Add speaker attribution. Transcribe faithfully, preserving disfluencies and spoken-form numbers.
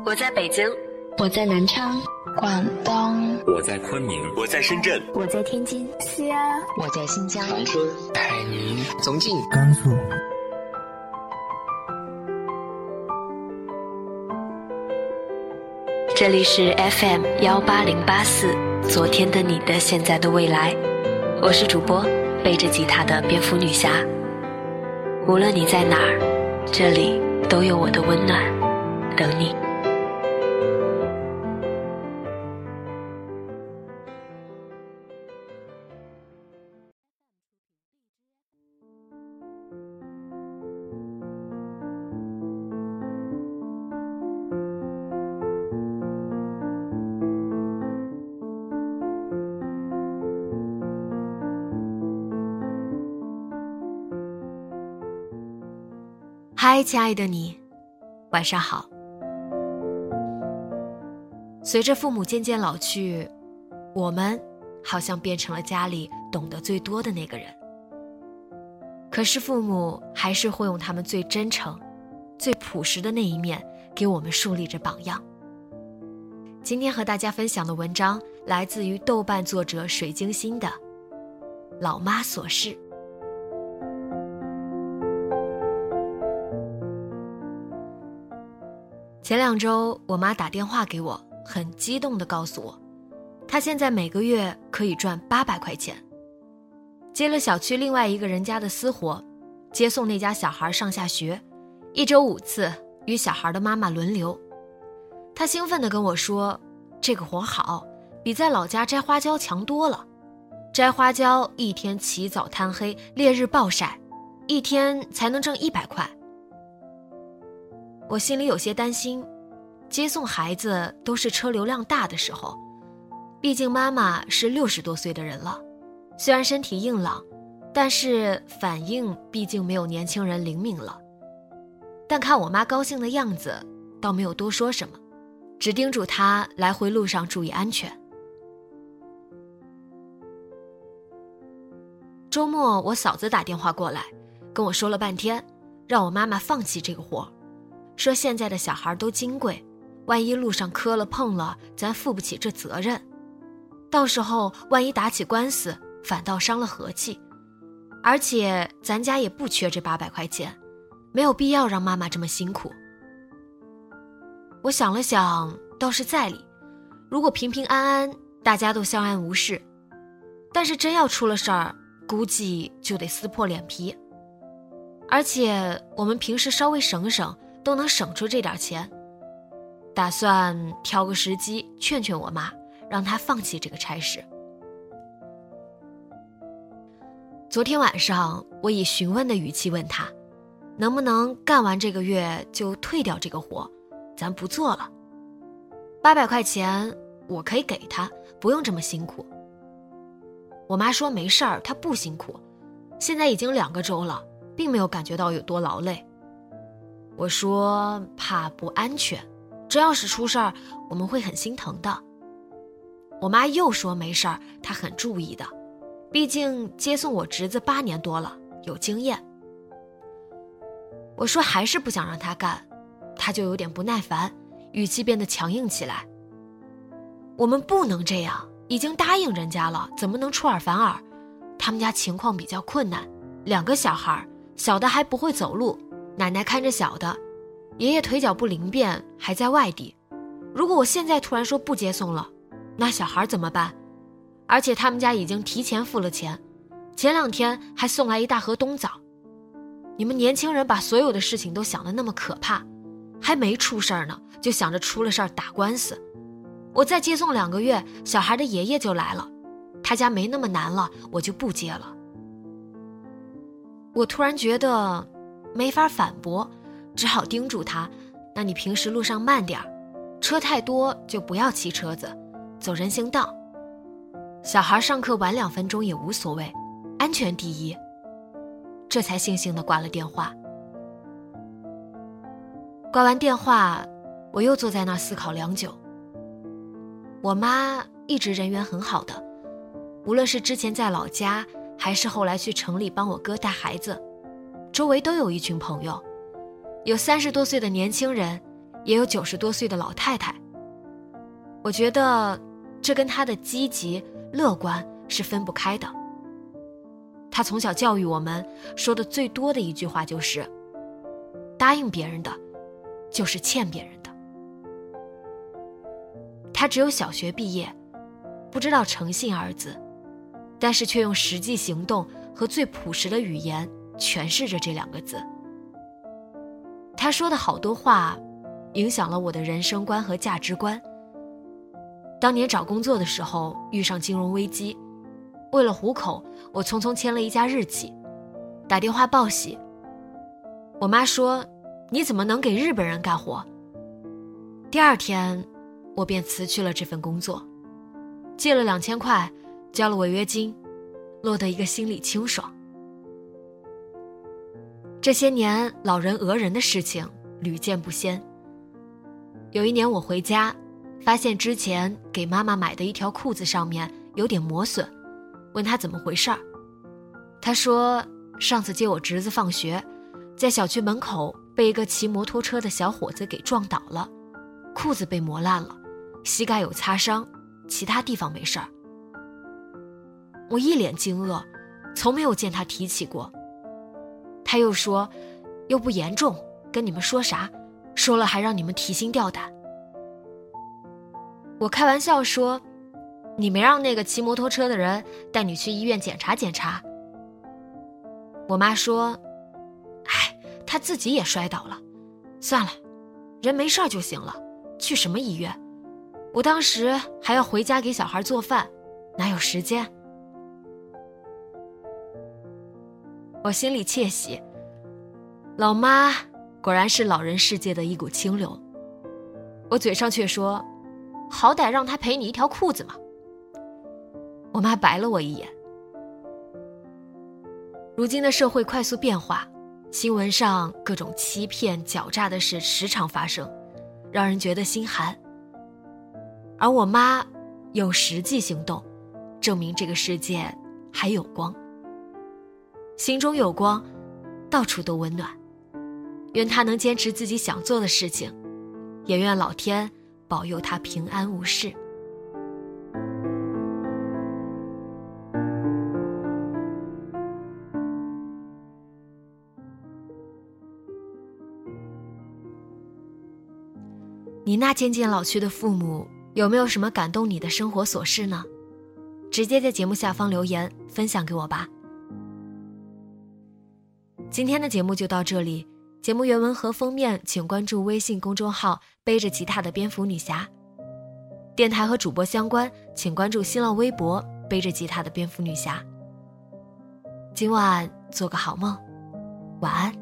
Speaker 1: 我在北京，
Speaker 2: 我在南昌，
Speaker 3: 广东，
Speaker 4: 我在昆明，
Speaker 5: 我在深圳，
Speaker 6: 我在天津，
Speaker 3: 西安，
Speaker 7: 我在新疆，
Speaker 8: 长春，
Speaker 9: 海宁，
Speaker 10: 重庆，
Speaker 11: 甘肃。
Speaker 1: 这里是 F M 一八零八四，昨天的你的现在的未来，我是主播背着吉他的蝙蝠女侠。无论你在哪儿，这里都有我的温暖等你。嗨，亲爱的你，晚上好。随着父母渐渐老去，我们好像变成了家里懂得最多的那个人。可是父母还是会用他们最真诚、最朴实的那一面给我们树立着榜样。今天和大家分享的文章来自于豆瓣作者水晶心的《老妈琐事》。前两周我妈打电话给我，很激动地告诉我，她现在每个月可以赚八百块钱，接了小区另外一个人家的私活，接送那家小孩上下学，一周五次，与小孩的妈妈轮流。她兴奋地跟我说，这个活好，比在老家摘花椒强多了。摘花椒一天起早贪黑，烈日暴晒，一天才能挣一百块。我心里有些担心，接送孩子都是车流量大的时候，毕竟妈妈是六十多岁的人了，虽然身体硬朗，但是反应毕竟没有年轻人灵敏了。但看我妈高兴的样子，倒没有多说什么，只叮嘱她来回路上注意安全。周末我嫂子打电话过来，跟我说了半天，让我妈妈放弃这个活，说现在的小孩都金贵，万一路上磕了碰了，咱负不起这责任，到时候万一打起官司，反倒伤了和气。而且咱家也不缺这八百块钱，没有必要让妈妈这么辛苦。我想了想，倒是在理，如果平平安安，大家都相安无事，但是真要出了事儿，估计就得撕破脸皮。而且我们平时稍微省省都能省出这点钱，打算挑个时机劝劝我妈，让她放弃这个差事。昨天晚上我以询问的语气问她，能不能干完这个月就退掉这个活，咱不做了。八百块钱我可以给她，不用这么辛苦。我妈说没事儿，她不辛苦，现在已经两个周了，并没有感觉到有多劳累。我说怕不安全，真要是出事儿，我们会很心疼的。我妈又说没事儿，她很注意的，毕竟接送我侄子八年多了，有经验。我说还是不想让她干，她就有点不耐烦，语气变得强硬起来。我们不能这样，已经答应人家了，怎么能出尔反尔？他们家情况比较困难，两个小孩，小的还不会走路，奶奶看着小的，爷爷腿脚不灵便，还在外地。如果我现在突然说不接送了，那小孩怎么办？而且他们家已经提前付了钱，前两天还送来一大盒冬枣。你们年轻人把所有的事情都想得那么可怕，还没出事儿呢，就想着出了事儿打官司。我再接送两个月，小孩的爷爷就来了，他家没那么难了，我就不接了。我突然觉得没法反驳，只好叮嘱他，那你平时路上慢点，车太多就不要骑车子，走人行道。小孩上课晚两分钟也无所谓，安全第一。这才悻悻地挂了电话。挂完电话，我又坐在那儿思考良久。我妈一直人缘很好的，无论是之前在老家，还是后来去城里帮我哥带孩子，周围都有一群朋友，有三十多岁的年轻人， 也有九十多岁的老太太。我觉得这跟她的积极乐观是分不开的。她从小教育我们说的最多的一句话就是，答应别人的就是欠别人的。她只有小学毕业，不知道诚信二字，但是却用实际行动和最朴实的语言诠释着这两个字。她说的好多话影响了我的人生观和价值观。当年找工作的时候遇上金融危机，为了糊口，我匆匆签了一家日企，打电话报喜。我妈说，你怎么能给日本人干活？第二天我便辞去了这份工作，借了两千块，交了违约金，落得一个心里清爽。这些年老人讹人的事情屡见不鲜。有一年我回家，发现之前给妈妈买的一条裤子上面有点磨损，问她怎么回事儿。她说上次接我侄子放学，在小区门口被一个骑摩托车的小伙子给撞倒了，裤子被磨烂了，膝盖有擦伤，其他地方没事儿。我一脸惊愕，从没有见他提起过。他又说又不严重，跟你们说啥，说了还让你们提心吊胆。我开玩笑说，你没让那个骑摩托车的人带你去医院检查检查。我妈说，哎，他自己也摔倒了，算了，人没事就行了，去什么医院？我当时还要回家给小孩做饭，哪有时间？我心里窃喜，老妈果然是老人世界的一股清流。我嘴上却说，好歹让他赔你一条裤子嘛。我妈白了我一眼。如今的社会快速变化，新闻上各种欺骗狡诈的事时常发生，让人觉得心寒。而我妈有实际行动，证明这个世界还有光。心中有光，到处都温暖。愿她能坚持自己想做的事情，也愿老天保佑她平安无事。你那渐渐老去的父母，有没有什么感动你的生活琐事呢？直接在节目下方留言分享给我吧。今天的节目就到这里，节目原文和封面请关注微信公众号背着吉他的蝙蝠女侠，电台和主播相关请关注新浪微博背着吉他的蝙蝠女侠。今晚做个好梦，晚安。